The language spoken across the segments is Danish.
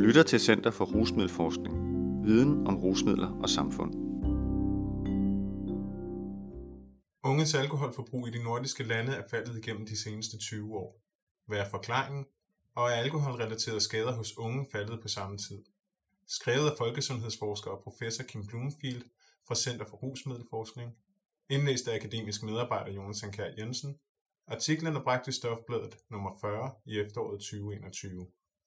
lytter til Center for Rusmiddelforskning. Viden om rusmidler og samfund. Unges alkoholforbrug i de nordiske lande er faldet igennem de seneste 20 år. Hvad er forklaringen? Og er alkoholrelaterede skader hos unge faldet på samme tid? Skrevet af folkesundhedsforsker og professor Kim Bloomfield fra Center for Rusmiddelforskning. Indlæst af akademisk medarbejder Jonas Kjær Jensen. Artiklen er bragt i Stofbladet nummer 40 i efteråret 2021.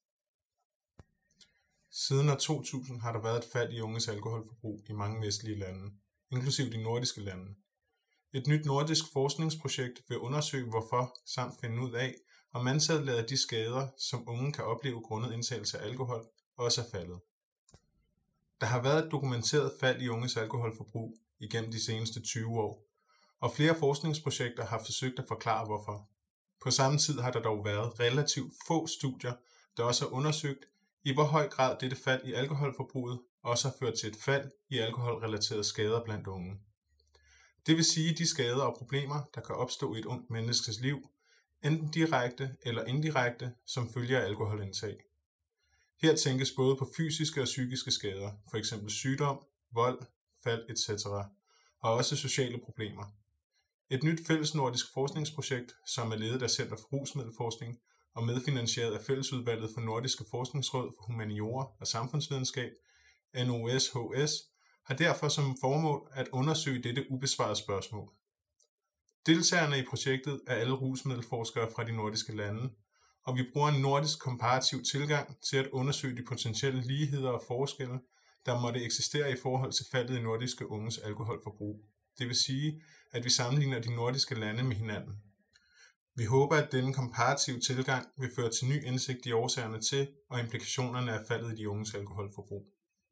Siden år 2000 har der været et fald i unges alkoholforbrug i mange vestlige lande, inklusive de nordiske lande. Et nyt nordisk forskningsprojekt vil undersøge hvorfor, samt finde ud af, om antallet af de skader, som unge kan opleve grundet indtagelse af alkohol, også er faldet. Der har været et dokumenteret fald i unges alkoholforbrug igennem de seneste 20 år, og flere forskningsprojekter har forsøgt at forklare hvorfor. På samme tid har der dog været relativt få studier, der også har undersøgt, i hvor høj grad dette fald i alkoholforbruget også har ført til et fald i alkoholrelaterede skader blandt unge. Det vil sige de skader og problemer, der kan opstå i et ungt menneskes liv, enten direkte eller indirekte, som følger af alkoholindtag. Her tænkes både på fysiske og psykiske skader, f.eks. sygdom, vold, fald etc., og også sociale problemer. Et nyt fællesnordisk forskningsprojekt, som er ledet af Center for Rusmiddelforskning og medfinansieret af Fællesudvalget for Nordiske Forskningsråd for Humaniora og Samfundsvidenskab, NOSHS, har derfor som formål at undersøge dette ubesvarede spørgsmål. Deltagerne i projektet er alle rusmiddelforskere fra de nordiske lande, og vi bruger en nordisk komparativ tilgang til at undersøge de potentielle ligheder og forskelle, der måtte eksistere i forhold til faldet i nordiske unges alkoholforbrug. Det vil sige, at vi sammenligner de nordiske lande med hinanden. Vi håber, at denne komparative tilgang vil føre til ny indsigt i årsagerne til og implikationerne af faldet i de unges alkoholforbrug.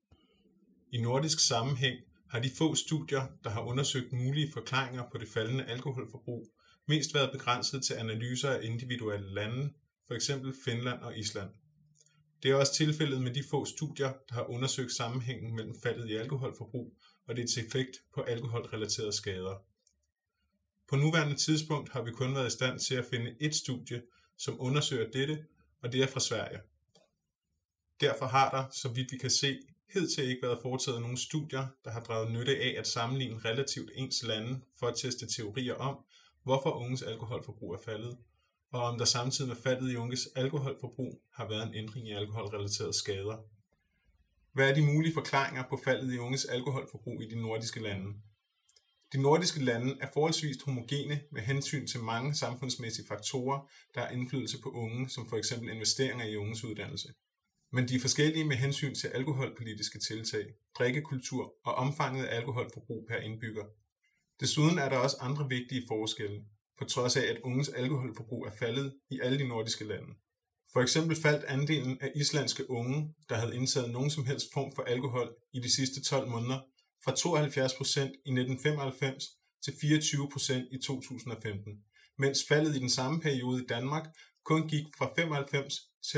I nordisk sammenhæng har de få studier, der har undersøgt mulige forklaringer på det faldende alkoholforbrug, mest været begrænset til analyser af individuelle lande, f.eks. Finland og Island. Det er også tilfældet med de få studier, der har undersøgt sammenhængen mellem faldet i alkoholforbrug og dets effekt på alkoholrelaterede skader. På nuværende tidspunkt har vi kun været i stand til at finde et studie, som undersøger dette, og det er fra Sverige. Derfor har der, så vidt vi kan se, hidtil ikke været foretaget nogle studier, der har draget nytte af at sammenligne relativt ens lande for at teste teorier om, hvorfor unges alkoholforbrug er faldet, og om der samtidig med faldet i unges alkoholforbrug har været en ændring i alkoholrelaterede skader. Hvad er de mulige forklaringer på faldet i unges alkoholforbrug i de nordiske lande? De nordiske lande er forholdsvis homogene med hensyn til mange samfundsmæssige faktorer, der har indflydelse på unge, som f.eks. investeringer i unges uddannelse. Men de er forskellige med hensyn til alkoholpolitiske tiltag, drikkekultur og omfanget af alkoholforbrug per indbygger. Desuden er der også andre vigtige forskelle, på trods af at unges alkoholforbrug er faldet i alle de nordiske lande. For eksempel faldt andelen af islandske unge, der havde indtaget nogen som helst form for alkohol i de sidste 12 måneder, fra 72% i 1995 til 24% i 2015, mens faldet i den samme periode i Danmark kun gik fra 95 til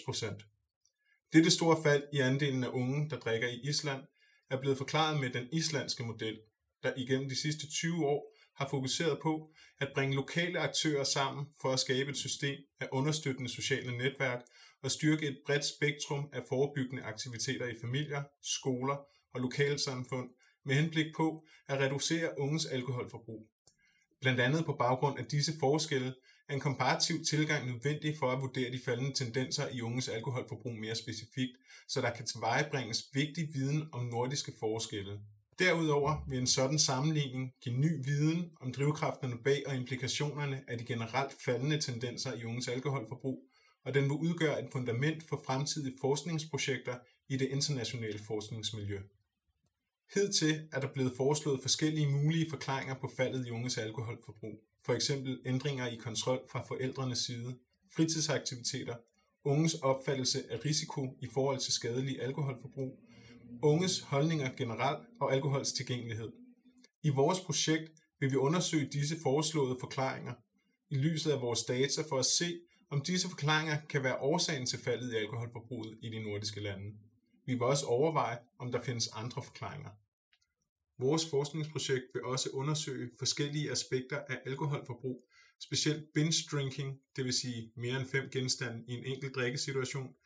90%. Dette store fald i andelen af unge, der drikker i Island, er blevet forklaret med den islandske model, der igennem de sidste 20 år har fokuseret på at bringe lokale aktører sammen for at skabe et system af understøttende sociale netværk og styrke et bredt spektrum af forebyggende aktiviteter i familier, skoler og lokalsamfund med henblik på at reducere unges alkoholforbrug. Blandt andet på baggrund af disse forskelle er en komparativ tilgang nødvendig for at vurdere de faldende tendenser i unges alkoholforbrug mere specifikt, så der kan tilvejebringes vigtig viden om nordiske forskelle. Derudover vil en sådan sammenligning give ny viden om drivkræfterne bag og implikationerne af de generelt faldende tendenser i unges alkoholforbrug, og den vil udgøre et fundament for fremtidige forskningsprojekter i det internationale forskningsmiljø. Hidtil er der blevet foreslået forskellige mulige forklaringer på faldet i unges alkoholforbrug, f.eks. ændringer i kontrol fra forældrenes side, fritidsaktiviteter, unges opfattelse af risiko i forhold til skadelig alkoholforbrug, unges holdninger generelt og alkohols tilgængelighed. I vores projekt vil vi undersøge disse foreslåede forklaringer i lyset af vores data for at se, om disse forklaringer kan være årsagen til faldet i alkoholforbruget i de nordiske lande. Vi vil også overveje, om der findes andre forklaringer. Vores forskningsprojekt vil også undersøge forskellige aspekter af alkoholforbrug, specielt binge drinking, det vil sige mere end 5 genstande i en enkelt drikkesituation,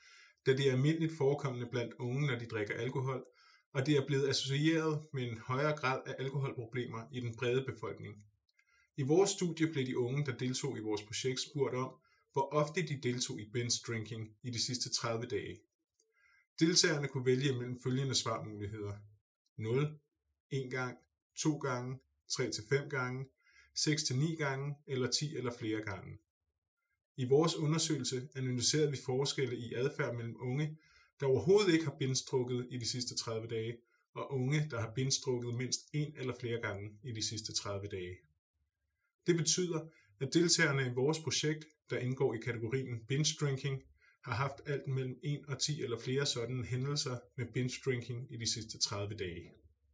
da det er almindeligt forekommende blandt unge, når de drikker alkohol, og det er blevet associeret med en højere grad af alkoholproblemer i den brede befolkning. I vores studie blev de unge, der deltog i vores projekt, spurgt om, hvor ofte de deltog i binge drinking i de sidste 30 dage. Deltagerne kunne vælge mellem følgende svarmuligheder: 0, 1 gang, 2 gange, 3-5 gange, 6-9 gange eller 10 eller flere gange. I vores undersøgelse analyserede vi forskelle i adfærd mellem unge, der overhovedet ikke har binge-drukket i de sidste 30 dage, og unge, der har binge-drukket mindst 1 eller flere gange i de sidste 30 dage. Det betyder, at deltagerne i vores projekt, der indgår i kategorien binge drinking, har haft alt mellem 1 og 10 eller flere sådanne hændelser med binge drinking i de sidste 30 dage.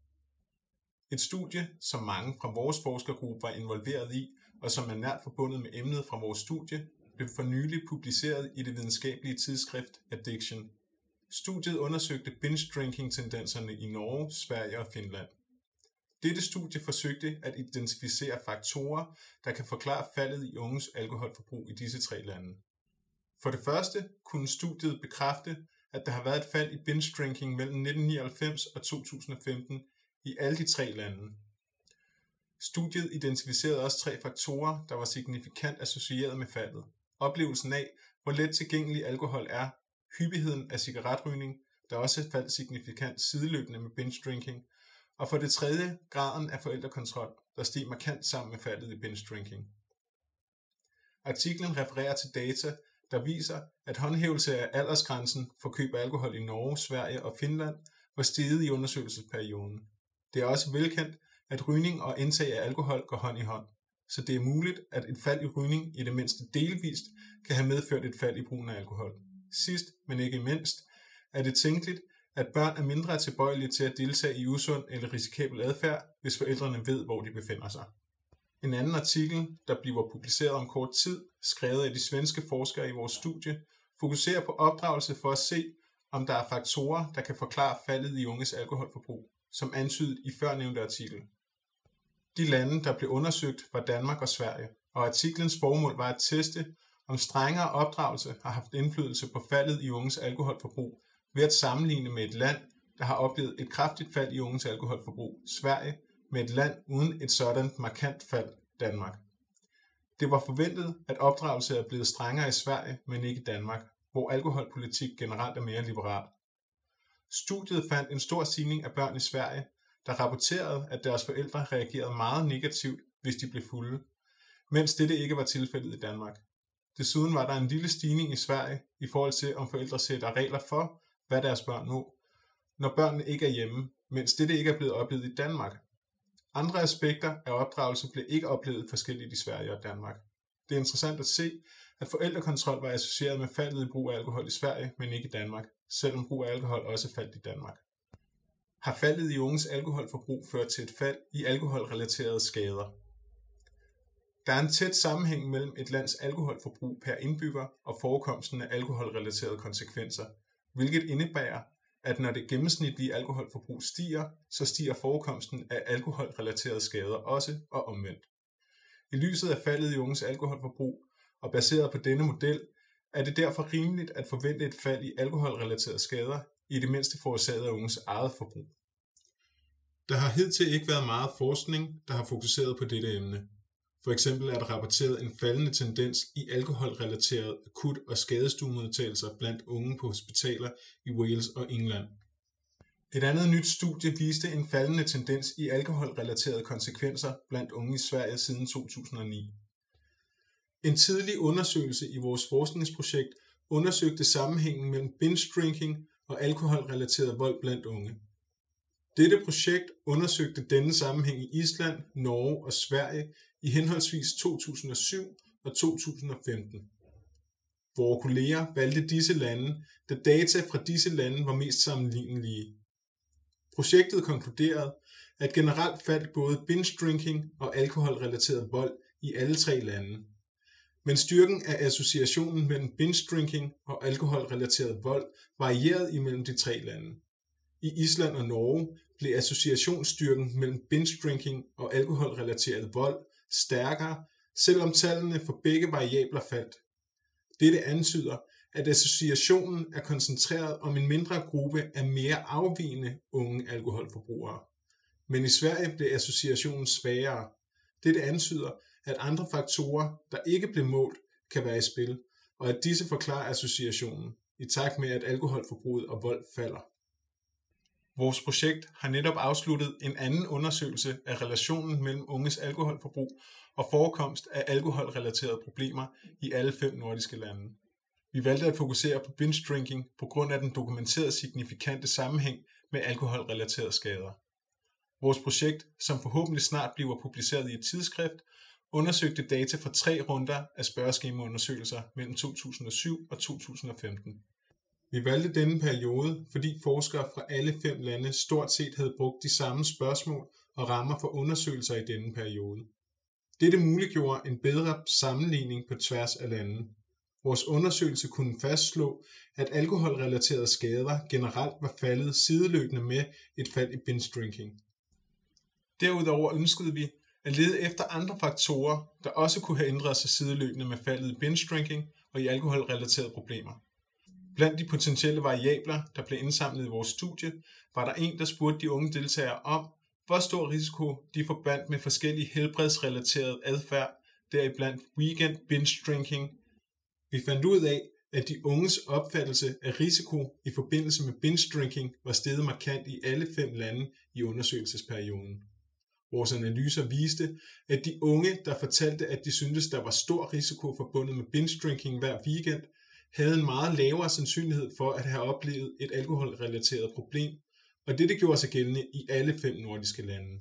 Et studie, som mange fra vores forskergruppe var involveret i, og som er nært forbundet med emnet fra vores studie, blev for nylig publiceret i det videnskabelige tidsskrift Addiction. Studiet undersøgte binge-drinking-tendenserne i Norge, Sverige og Finland. Dette studie forsøgte at identificere faktorer, der kan forklare faldet i unges alkoholforbrug i disse 3 lande. For det første kunne studiet bekræfte, at der har været et fald i binge-drinking mellem 1999 og 2015 i alle de 3 lande. Studiet identificerede også 3 faktorer, der var signifikant associeret med faldet. Oplevelsen af, hvor let tilgængelig alkohol er, hyppigheden af cigaretrygning, der også faldt signifikant sideløbende med binge drinking, og for det tredje graden af forældrekontrol, der steg markant sammen med faldet i binge drinking. Artiklen refererer til data, der viser, at håndhævelse af aldersgrænsen for køb af alkohol i Norge, Sverige og Finland var steget i undersøgelsesperioden. Det er også velkendt, at rygning og indtag af alkohol går hånd i hånd, så det er muligt, at et fald i rygning i det mindste delvist kan have medført et fald i brugen af alkohol. Sidst, men ikke mindst, er det tænkeligt, at børn er mindre tilbøjelige til at deltage i usund eller risikabel adfærd, hvis forældrene ved, hvor de befinder sig. En anden artikel, der bliver publiceret om kort tid, skrevet af de svenske forskere i vores studie, fokuserer på opdragelse for at se, om der er faktorer, der kan forklare faldet i unges alkoholforbrug, som antydet i førnævnte artikel. De lande, der blev undersøgt, var Danmark og Sverige, og artiklens formål var at teste, om strengere opdragelse har haft indflydelse på faldet i unges alkoholforbrug ved at sammenligne med et land, der har oplevet et kraftigt fald i unges alkoholforbrug, Sverige, med et land uden et sådan markant fald, Danmark. Det var forventet, at opdragelse er blevet strengere i Sverige, men ikke i Danmark, hvor alkoholpolitik generelt er mere liberal. Studiet fandt en stor stigning af børn i Sverige, der rapporterede, at deres forældre reagerede meget negativt, hvis de blev fulde, mens dette ikke var tilfældet i Danmark. Desuden var der en lille stigning i Sverige i forhold til, om forældre sætter regler for, hvad deres børn må, når børnene ikke er hjemme, mens dette ikke er blevet oplevet i Danmark. Andre aspekter af opdragelse blev ikke oplevet forskelligt i Sverige og Danmark. Det er interessant at se, at forældrekontrol var associeret med faldet i brug af alkohol i Sverige, men ikke i Danmark, selvom brug af alkohol også faldt i Danmark. Har faldet i unges alkoholforbrug ført til et fald i alkoholrelaterede skader? Der er en tæt sammenhæng mellem et lands alkoholforbrug per indbygger og forekomsten af alkoholrelaterede konsekvenser, hvilket indebærer, at når det gennemsnitlige alkoholforbrug stiger, så stiger forekomsten af alkoholrelaterede skader også og omvendt. I lyset af faldet i unges alkoholforbrug og baseret på denne model, er det derfor rimeligt at forvente et fald i alkoholrelaterede skader, i det mindste forårsaget af unges eget forbrug. Der har hidtil ikke været meget forskning, der har fokuseret på dette emne. For eksempel er der rapporteret en faldende tendens i alkoholrelaterede akut- og skadestuemodtagelser blandt unge på hospitaler i Wales og England. Et andet nyt studie viste en faldende tendens i alkoholrelaterede konsekvenser blandt unge i Sverige siden 2009. En tidlig undersøgelse i vores forskningsprojekt undersøgte sammenhængen mellem binge drinking og alkoholrelateret vold blandt unge. Dette projekt undersøgte denne sammenhæng i Island, Norge og Sverige i henholdsvis 2007 og 2015. Vore kolleger valgte disse lande, da data fra disse lande var mest sammenlignelige. Projektet konkluderede, at generelt faldt både binge drinking og alkoholrelateret vold i alle 3 lande. Men styrken af associationen mellem binge drinking og alkoholrelateret vold varierede imellem de 3 lande. I Island og Norge blev associationsstyrken mellem binge drinking og alkoholrelateret vold stærkere, selvom tallene for begge variabler faldt. Dette antyder, at associationen er koncentreret om en mindre gruppe af mere afvigende unge alkoholforbrugere. Men i Sverige blev associationen svagere. Dette antyder, at andre faktorer, der ikke blev målt, kan være i spil, og at disse forklarer associationen, i takt med at alkoholforbruget og vold falder. Vores projekt har netop afsluttet en anden undersøgelse af relationen mellem unges alkoholforbrug og forekomst af alkoholrelaterede problemer i alle 5 nordiske lande. Vi valgte at fokusere på binge drinking på grund af den dokumenterede signifikante sammenhæng med alkoholrelaterede skader. Vores projekt, som forhåbentlig snart bliver publiceret i et tidsskrift, undersøgte data fra 3 runder af spørgeskemaundersøgelser mellem 2007 og 2015. Vi valgte denne periode, fordi forskere fra alle 5 lande stort set havde brugt de samme spørgsmål og rammer for undersøgelser i denne periode. Dette muliggjorde en bedre sammenligning på tværs af lande. Vores undersøgelse kunne fastslå, at alkoholrelaterede skader generelt var faldet sideløbende med et fald i binge drinking. Derudover ønskede vi at lede efter andre faktorer, der også kunne have ændret sig sideløbende med faldet i binge drinking og i alkoholrelaterede problemer. Blandt de potentielle variabler, der blev indsamlet i vores studie, var der en, der spurgte de unge deltagere om, hvor stor risiko de forbandt med forskellige helbredsrelaterede adfærd, deriblandt weekend binge drinking. Vi fandt ud af, at de unges opfattelse af risiko i forbindelse med binge drinking var steget markant i alle 5 lande i undersøgelsesperioden. Vores analyser viste, at de unge, der fortalte, at de syntes, der var stor risiko forbundet med binge drinking hver weekend, havde en meget lavere sandsynlighed for at have oplevet et alkoholrelateret problem, og dette gjorde sig gældende i alle 5 nordiske lande.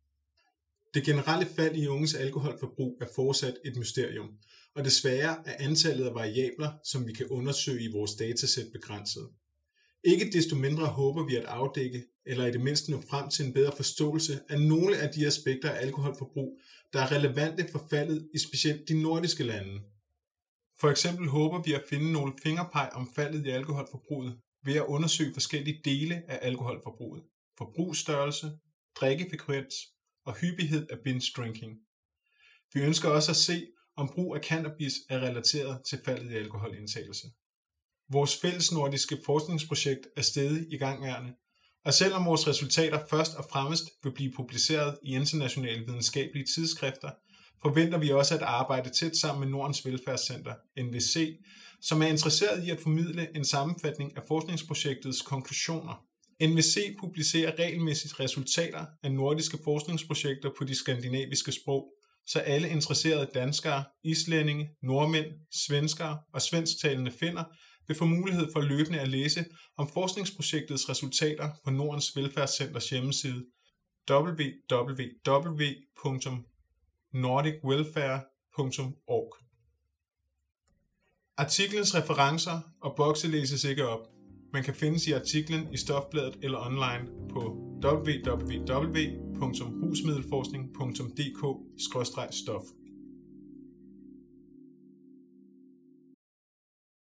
Det generelle fald i unges alkoholforbrug er fortsat et mysterium, og desværre er antallet af variabler, som vi kan undersøge i vores datasæt begrænset. Ikke desto mindre håber vi at afdække, eller i det mindste nå frem til en bedre forståelse af nogle af de aspekter af alkoholforbrug, der er relevante for faldet i specielt de nordiske lande. For eksempel håber vi at finde nogle fingerpeg om faldet i alkoholforbruget ved at undersøge forskellige dele af alkoholforbruget, forbrugsstørrelse, drikkefrekvens og hyppighed af binge drinking. Vi ønsker også at se, om brug af cannabis er relateret til faldet i alkoholindtagelse. Vores fællesnordiske forskningsprojekt er stadig igangværende, og selvom vores resultater først og fremmest vil blive publiceret i internationale videnskabelige tidsskrifter, forventer vi også at arbejde tæt sammen med Nordens Velfærdscenter, NVC, som er interesseret i at formidle en sammenfatning af forskningsprojektets konklusioner. NVC publicerer regelmæssigt resultater af nordiske forskningsprojekter på de skandinaviske sprog, så alle interesserede danskere, islændinge, nordmænd, svenskere og svensktalende finner vil få mulighed for løbende at læse om forskningsprojektets resultater på Nordens Velfærdscenters hjemmeside www.nordicwelfare.org. Artiklens referencer og bokse læses ikke op, men kan findes i artiklen i Stofbladet eller online på www.rusmiddelforskning.dk/stof.